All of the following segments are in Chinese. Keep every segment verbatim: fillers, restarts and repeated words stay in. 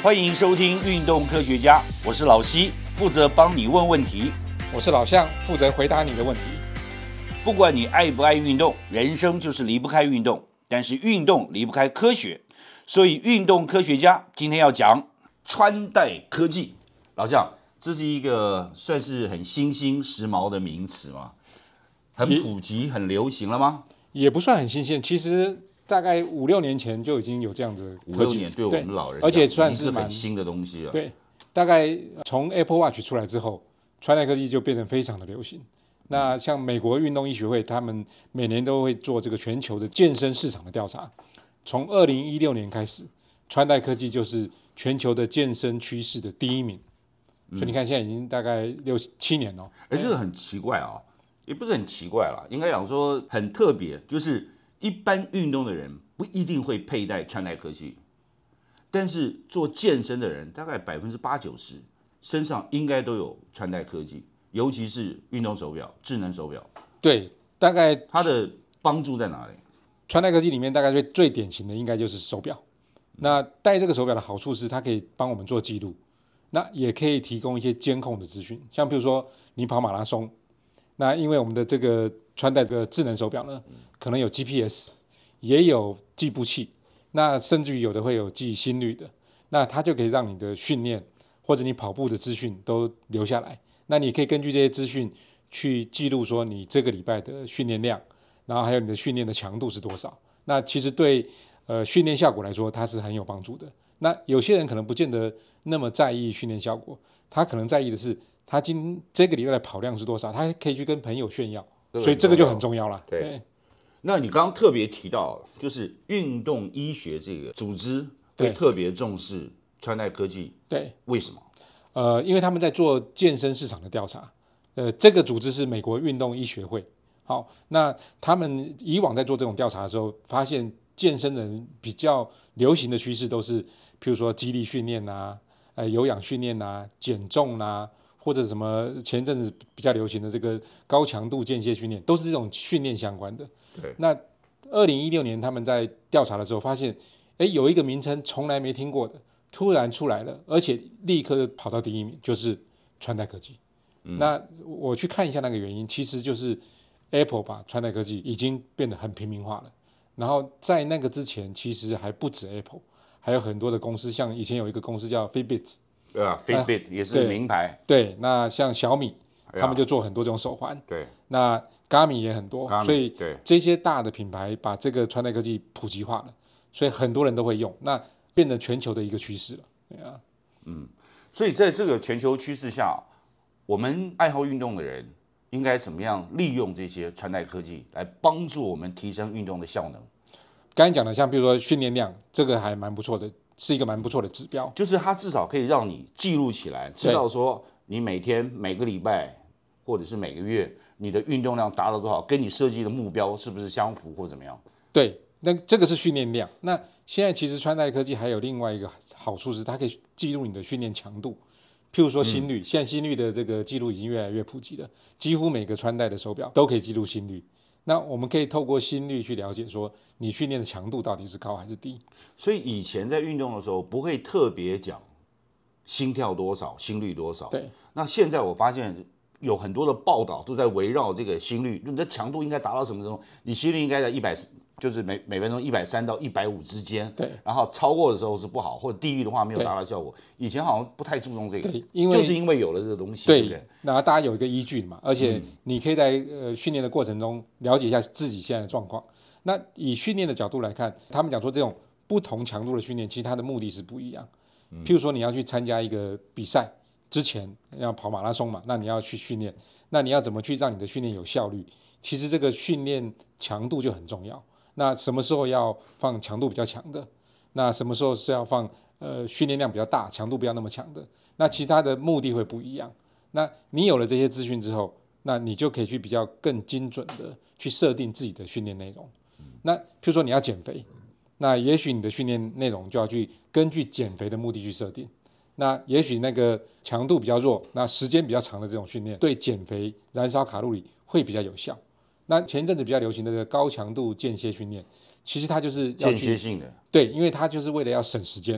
欢迎收听《运动科学家》，我是老西，负责帮你问问题。 我是老向，负责回答你的问题。 不管你爱不爱运动，人生就是离不开运动，但是运动离不开科学，所以运动科学家今天要讲穿戴科技。老向，这是一个算是很新兴时髦的名词吗？很普及、很流行了吗？ 也不算很新鲜，其实大概五六年前就已经有这样的科技。 五六年对我们老人， 而且算是很新的东西了。 对，大概从 Apple Watch 出来之后，穿戴科技就变得非常的流行。那像美国运动医学会，他们每年都会做这个全球的健身市场的调查。从二零一六年开始，穿戴科技就是全球的健身趋势的第一名。所以你看，现在已经大概六七年了。 哎，这个很奇怪啊、哦，也不是很奇怪啦，应该讲说很特别，就是一般运动的人不一定会佩戴穿戴科技，但是做健身的人大概百分之八九十身上应该都有穿戴科技。尤其是运动手表、智能手表， 对，大概它的帮助在哪里？ 穿戴科技里面大概最最典型的应该就是手表。那戴这个手表的好处是，它可以帮我们做记录，那也可以提供一些监控的资讯。像比如说你跑马拉松，那因为我们的这个穿戴的智能手表呢，可能有 G P S， 也有计步器，那甚至于有的会有记心率的，那它就可以让你的训练或者你跑步的资讯都留下来。那你可以根据这些资讯去记录说你这个礼拜的训练量，然后还有你的训练的强度是多少。那其实对呃训练效果来说，它是很有帮助的。那有些人可能不见得那么在意训练效果，他可能在意的是他今这个礼拜的跑量是多少，他可以去跟朋友炫耀，所以这个就很重要了。 对，对，那你刚刚特别提到，就是运动医学这个组织会特别重视穿戴科技， 对， 为什么？ 呃，因为他们在做健身市场的调查，呃，这个组织是美国运动医学会。好，那他们以往在做这种调查的时候，发现健身人比较流行的趋势都是，譬如说肌力训练啊，呃，有氧训练啊，减重啊，或者什么前阵子比较流行的这个高强度间歇训练，都是这种训练相关的。 对。 那二零一六年他们在调查的时候发现，哎，有一个名称从来没听过的。突然出来了，而且立刻跑到第一名，就是穿戴科技。嗯、那我去看一下那个原因，其实就是 Apple 把穿戴科技已经变得很平民化了。然后在那个之前，其实还不止 Apple， 还有很多的公司，像以前有一个公司叫 Fitbit， 对啊 ，Fitbit 也是名牌。 对，那像小米，他们就做很多这种手环。 对， 那 Garmin 也很多，所以这些大的品牌把这个穿戴科技普及化了，所以很多人都会用。那变成全球的一个趋势了，对啊， 嗯，所以在这个全球趋势下，我们爱好运动的人应该怎么样利用这些穿戴科技来帮助我们提升运动的效能？ 刚才讲的，像比如说训练量，这个还蛮不错的，是一个蛮不错的指标， 就是它至少可以让你记录起来，知道说你每天、每个礼拜或者是每个月你的运动量达到多少，跟你设计的目标是不是相符或怎么样？ 对。那这个是训练量。那现在其实穿戴科技还有另外一个好处是，它可以记录你的训练强度。譬如说心率，嗯、现在心率的这个记录已经越来越普及了，几乎每个穿戴的手表都可以记录心率。那我们可以透过心率去了解说你训练的强度到底是高还是低。 所以以前在运动的时候不会特别讲心跳多少、心率多少。 对。 那现在我发现有很多的报道都在围绕这个心率，你的强度应该达到什么程度？你心率应该在一百。就是每每分钟一百三到一百五之间， 对， 然后超过的时候是不好，或者低于的话没有达到效果。以前好像不太注重这个， 对，因为就是因为有了这个东西， 对， 对不对？ 然后大家有一个依据嘛，而且你可以在呃训练的过程中了解一下自己现在的状况。那以训练的角度来看，他们讲说这种不同强度的训练，其实它的目的是不一样。譬如说你要去参加一个比赛之前要跑马拉松嘛，那你要去训练，那你要怎么去让你的训练有效率？其实这个训练强度就很重要。那什么时候要放强度比较强的？那什么时候是要放呃训练量比较大、强度不要那么强的？那其他的目的会不一样。那你有了这些资讯之后，那你就可以去比较更精准的去设定自己的训练内容。那譬如说你要减肥，那也许你的训练内容就要去根据减肥的目的去设定。那也许那个强度比较弱，那时间比较长的这种训练，对减肥燃烧卡路里会比较有效。那前一阵子比较流行的这个高强度间歇训练，其实它就是要间歇性的， 对，因为它就是为了要省时间，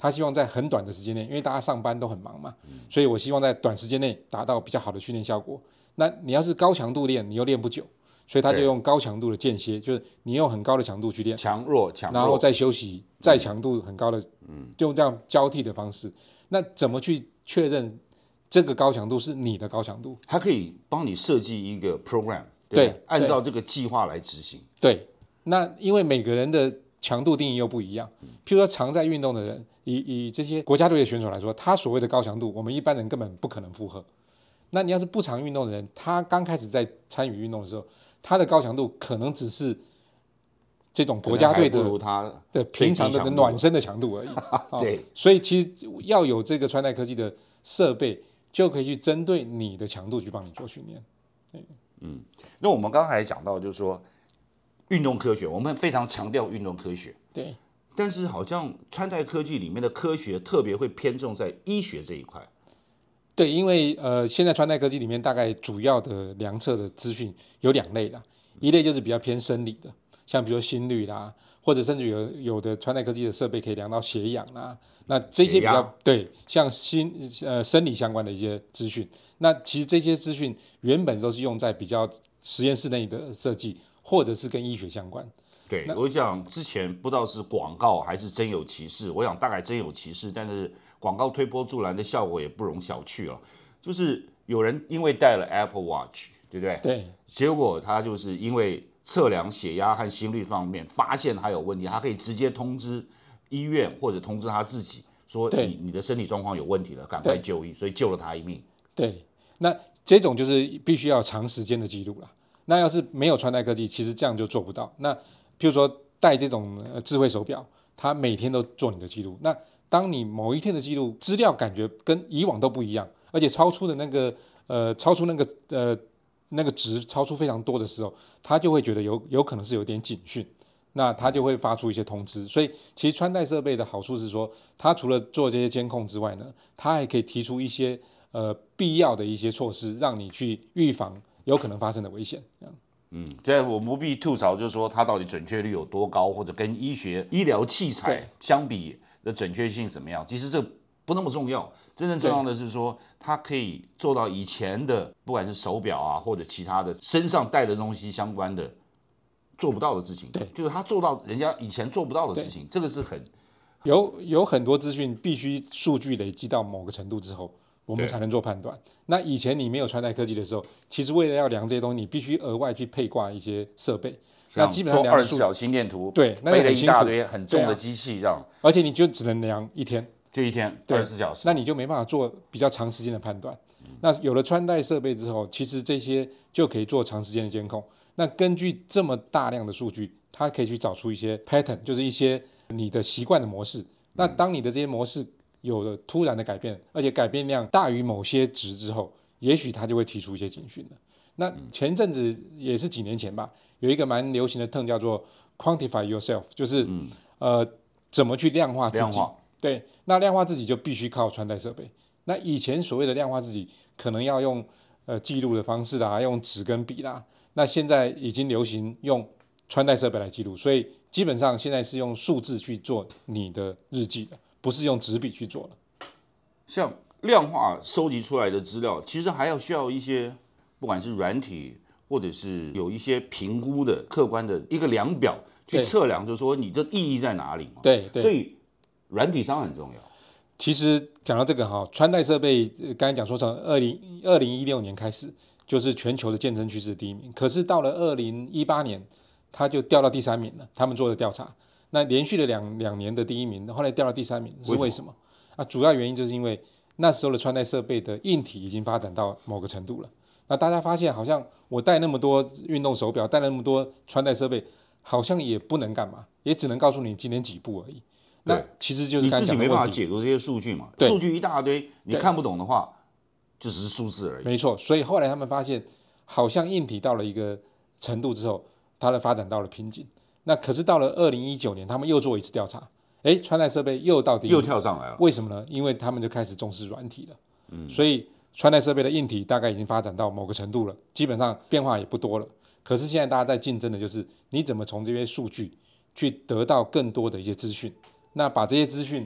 他希望在很短的时间内，因为大家上班都很忙嘛，所以我希望在短时间内达到比较好的训练效果。那你要是高强度练，你又练不久，所以他就用高强度的间歇，就是你用很高的强度去练， 强弱强弱， 然后再休息，再强度很高的，嗯，用这样交替的方式。那怎么去确认这个高强度是你的高强度？ 它可以帮你设计一个 program， 对不对？ 对， 按照这个计划来执行。 对，那因为每个人的强度定义又不一样，譬如说常在运动的人，以以这些国家队的选手来说，他所谓的高强度，我们一般人根本不可能负荷。那你要是不常运动的人，他刚开始在参与运动的时候，他的高强度可能只是这种国家队的的平常的暖身的强度而已。 对、 哦，所以其实要有这个穿戴科技的设备，就可以去针对你的强度去帮你做训练。 嗯，那我们刚才讲到，就是说运动科学，我们非常强调运动科学。 对， 但是好像穿戴科技里面的科学特别会偏重在医学这一块。 对，因为呃，现在穿戴科技里面大概主要的量测的资讯有两类啦，一类就是比较偏生理的，像比如说心率啦，或者甚至有有的穿戴科技的设备可以量到血氧啦，那这些比较对，像心呃生理相关的一些资讯，那其实这些资讯原本都是用在比较实验室内的设计，或者是跟医学相关。 对，我想之前不知道是广告还是真有其事，我想大概真有其事，但是广告推波助澜的效果也不容小觑了。就是有人因为戴了 Apple Watch， 对不对？ 对。 结果他就是因为测量血压和心率方面发现他有问题，他可以直接通知医院或者通知他自己说你你的身体状况有问题了，赶快就医，所以救了他一命。 对，那这种就是必须要长时间的记录了。那要是没有穿戴科技，其实这样就做不到。那譬如说戴这种智慧手表，它每天都做你的记录。那当你某一天的记录资料感觉跟以往都不一样，而且超出的那个呃超出那个呃那个值超出非常多的时候，它就会觉得有有可能是有点警讯，那它就会发出一些通知。所以其实穿戴设备的好处是说，它除了做这些监控之外呢，它还可以提出一些呃必要的一些措施，让你去预防有可能发生的危险。这样。 嗯，这样我们不必吐槽，就是说它到底准确率有多高，或者跟医学医疗器材相比的准确性怎么样？其实这不那么重要，真正重要的是说它可以做到以前的不管是手表啊或者其他的身上带的东西相关的做不到的事情， 对， 就是它做到人家以前做不到的事情，这个是很有有很多资讯必须数据累积到某个程度之后，我们才能做判断。那以前你没有穿戴科技的时候，其实为了要量这些东西，你必须额外去配挂一些设备。那基本上量二十四小时心电图， 对，那背了一大堆很重的机器这样， 啊，而且你就只能量一天， 就一天二十四小时， 那你就没办法做比较长时间的判断。嗯、那有了穿戴设备之后，其实这些就可以做长时间的监控。那根据这么大量的数据，它可以去找出一些 pattern， 就是一些你的习惯的模式。那当你的这些模式有了突然的改变，而且改变量大于某些值之后，也许它就会提出一些警讯了。那前阵子也是几年前吧，有一个蛮流行的 term 叫做 quantify yourself， 就是、嗯、呃怎么去量化自己。对，那量化自己就必须靠穿戴设备。那以前所谓的量化自己，可能要用呃记录的方式啦，用纸跟笔啦。那现在已经流行用穿戴设备来记录，所以基本上现在是用数字去做你的日记的，不是用纸笔去做了。 像量化收集出来的资料，其实还要需要一些，不管是软体或者是有一些评估的客观的一个量表去测量，就是说你这意义在哪里嘛？ 对对。 所以软体商很重要。 其实讲到这个哈，穿戴设备刚才讲说从二零二零一六年开始就是全球的健身趋势第一名，可是到了二零一八年，它就掉到第三名了。他们做的调查，那连续了两两年的第一名，后来掉到第三名，是为什么？啊，主要原因就是因为那时候的穿戴设备的硬体已经发展到某个程度了。那大家发现，好像我戴那么多运动手表，戴那么多穿戴设备，好像也不能干嘛，也只能告诉你今天几步而已。那其实就是你自己没办法解读这些数据嘛，数据一大堆，你看不懂的话，就只是数字而已。 没错，所以后来他们发现，好像硬体到了一个程度之后，它的发展到了瓶颈。那可是到了二零一九年，他们又做一次调查，哎，穿戴设备又到第一， 又跳上来了。 为什么呢？因为他们就开始重视软体了。嗯，所以穿戴设备的硬体大概已经发展到某个程度了，基本上变化也不多了。可是现在大家在竞争的就是你怎么从这些数据去得到更多的一些资讯。那把这些资讯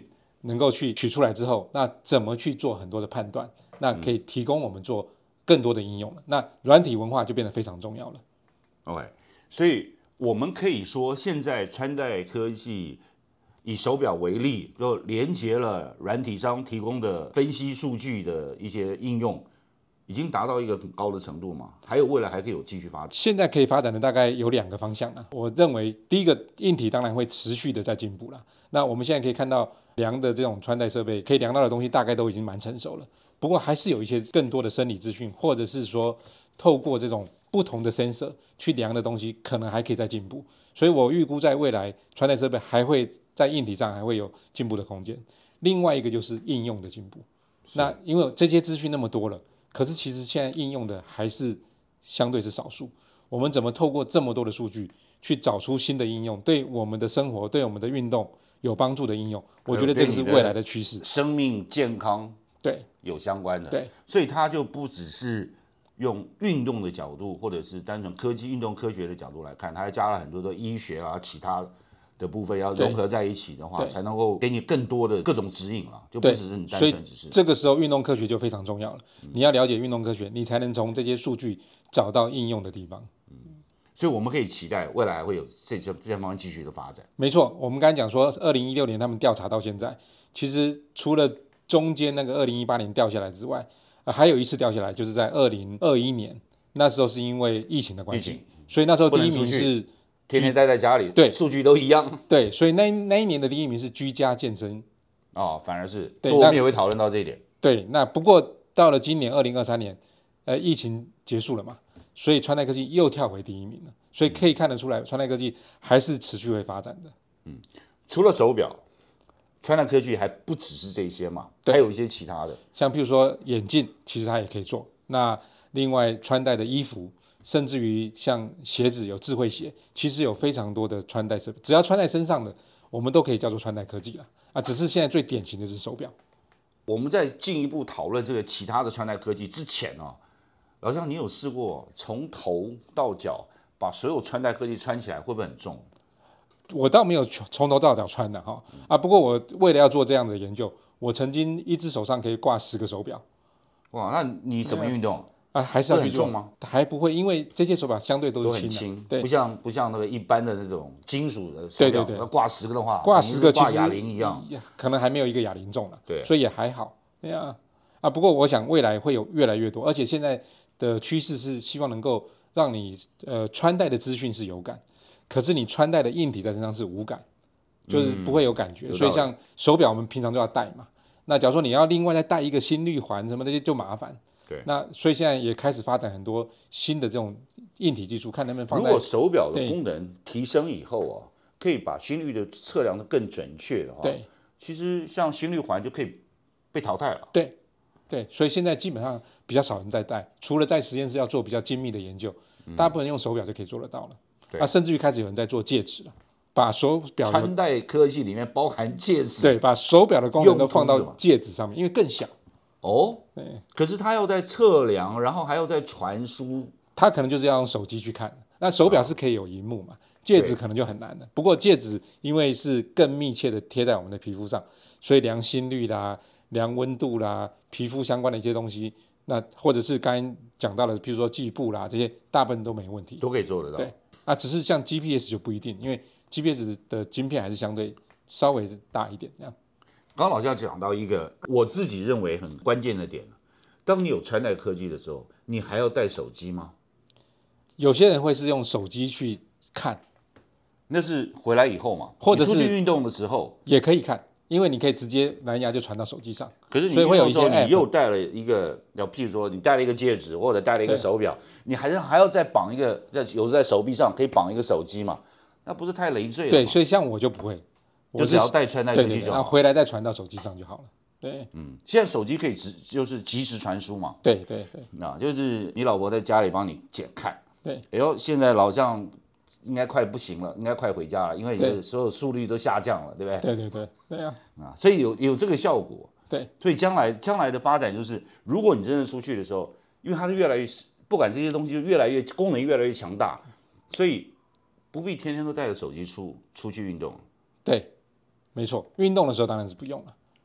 能够去取出来之后，那怎么去做很多的判断，那可以提供我们做更多的应用了。那软体文化就变得非常重要了。 OK， 所以我们可以说，现在穿戴科技以手表为例，就连接了软体商提供的分析数据的一些应用，已经达到一个很高的程度嘛？还有未来还可以有继续发展？ 现在可以发展的大概有两个方向啊。我认为第一个硬体当然会持续的在进步啦。那我们现在可以看到量的这种穿戴设备，可以量到的东西大概都已经蛮成熟了。不过还是有一些更多的生理资讯，或者是说透过这种不同的 sensor 去量的东西，可能还可以再进步。所以我预估在未来穿戴设备还会在硬体上还会有进步的空间。另外一个就是应用的进步。那因为这些资讯那么多了，可是其实现在应用的还是相对是少数。我们怎么透过这么多的数据去找出新的应用，对我们的生活、对我们的运动有帮助的应用？我觉得这个是未来的趋势， 生命健康对有相关的。 对， 所以它就不只是用运动的角度，或者是单纯科技、运动科学的角度来看，它还加了很多的医学啊、其他的部分要融合在一起的话，才能够给你更多的各种指引了，就不只是你单纯只是。 这个时候运动科学就非常重要了。嗯、你要了解运动科学，你才能从这些数据找到应用的地方。 嗯，所以我们可以期待未来还会有这这这方面继续的发展。 没错，我们刚才讲说，二零一六年他们调查到现在，其实除了中间那个二零一八年掉下来之外，呃，还有一次掉下来，就是在二零二一年，那时候是因为疫情的关系，所以那时候第一名是。 天天待在家里， 对， 数据都一样。 对，所以那那一年的第一名是居家健身。 哦，反而是，对，我们也会讨论到这一点。 对，那不过到了今年二零二三年，呃，疫情结束了嘛，所以穿戴科技又跳回第一名了。所以可以看得出来，穿戴科技还是持续会发展的。 嗯，除了手表，穿戴科技还不只是这些嘛，还有一些其他的， 像譬如说眼镜，其实它也可以做。那另外穿戴的衣服。甚至于像鞋子有智慧鞋，其实有非常多的穿戴设备，只要穿在身上的，我们都可以叫做穿戴科技了啊。只是现在最典型的是手表。 我们在进一步讨论这个其他的穿戴科技之前啊，老乡，你有试过从头到脚把所有穿戴科技穿起来，会不会很重？ 我倒没有从头到脚穿的哈啊，不过我为了要做这样的研究，我曾经一只手上可以挂十个手表。 哇，那你怎么运动？ 啊，还是要去做吗？ 还不会，因为这些手表相对都是轻的， 都很轻， 对， 不像不像那个一般的那种金属的手表， 对对对， 挂十个的话， 挂十个其实挂哑铃一样， 可能还没有一个哑铃重了， 对， 所以也还好，对啊，啊，不过我想未来会有越来越多，而且现在的趋势是希望能够让你呃穿戴的资讯是有感，可是你穿戴的硬体在身上是无感，就是不会有感觉，嗯、所以像手表我们平常都要戴嘛，那假如说你要另外再戴一个心率环什么那些就麻烦。 对， 那所以现在也开始发展很多新的这种硬体技术，看能不能放在。 如果手表的功能提升以后啊，可以把心率的测量的更准确的话， 对， 其实像心率环就可以被淘汰了。 对，对，所以现在基本上比较少人在戴，除了在实验室要做比较精密的研究，嗯、大部分人用手表就可以做得到了。对，啊，甚至于开始有人在做戒指了，把手表穿戴科技里面包含戒指， 对，把手表的功能都放到戒指上面，因为更小。 哦，对，可是他要在测量，然后还要在传输， 他可能就是要用手机去看。那手表是可以有荧幕嘛，戒指可能就很难了。不过戒指因为是更密切的贴在我们的皮肤上，所以量心率啦、量温度啦、皮肤相关的一些东西，那或者是刚才讲到的，比如说计步啦这些，大部分都没问题， 都可以做得到。 对，啊，只是像 G P S 就不一定，因为 G P S 的晶片还是相对稍微大一点这样。 刚刚老师讲到一个我自己认为很关键的点，当你有穿戴科技的时候，你还要带手机吗？ 有些人会是用手机去看， 那是回来以后嘛， 或者是出去运动的时候也可以看，因为你可以直接蓝牙就传到手机上。 可是你所以会有一些 app， 你又带了一个，要譬如说你戴了一个戒指或者戴了一个手表，你还是还要再绑一个，在有时在手臂上可以绑一个手机嘛，那不是太累赘了吗？ 对，所以像我就不会。 就只要带穿戴科技就好， 对对对，然后回来再传到手机上就好了。对， 嗯，现在手机可以直就是即时传输嘛。 对对对， 那就是你老婆在家里帮你剪看。 对， 然后现在老将应该快不行了，应该快回家了，因为你所有速率都下降了，对不对？ 对对对对啊， 啊，所以有有这个效果。 对， 所以将来将来的发展就是，如果你真的出去的时候，因为它是越来越，不管这些东西就越来越功能越来越强大，所以不必天天都带着手机出出去运动。 对。没错，运动的时候当然是不用了。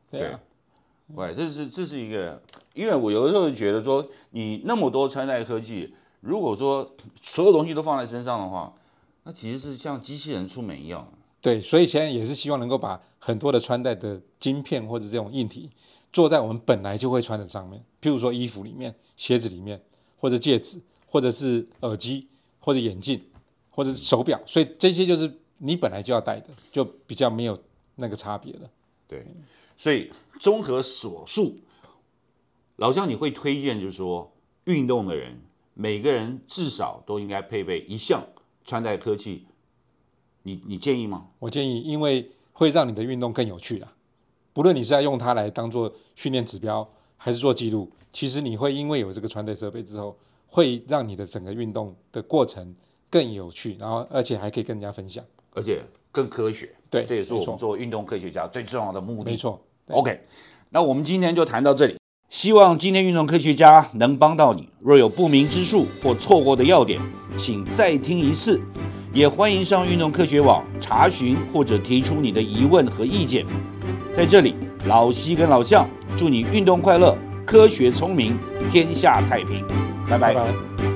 对啊， 对，这是这是一个，因为我有的时候觉得说，你那么多穿戴科技，如果说所有东西都放在身上的话，那其实是像机器人出门一样。 对，所以现在也是希望能够把很多的穿戴的晶片或者这种硬体做在我们本来就会穿的上面，譬如说衣服里面、鞋子里面，或者戒指，或者是耳机，或者眼镜，或者是手表，所以这些就是你本来就要戴的，就比较没有那个差别了。 对，所以综合所述，老乡你会推荐就是说，运动的人每个人至少都应该配备一项穿戴科技。你你建议吗？ 我建议，因为会让你的运动更有趣啦。不论你是要用它来当做训练指标，还是做记录，其实你会因为有这个穿戴设备之后，会让你的整个运动的过程更有趣，然后而且还可以跟人家分享， 而且更科学。 对， 这也是我们做运动科学家最重要的目的。 没错。 OK， 那我们今天就谈到这里。希望今天运动科学家能帮到你。若有不明之处或错过的要点，请再听一次。也欢迎上运动科学网查询或者提出你的疑问和意见。在这里，老西跟老向祝你运动快乐，科学聪明，天下太平。拜拜。 拜拜。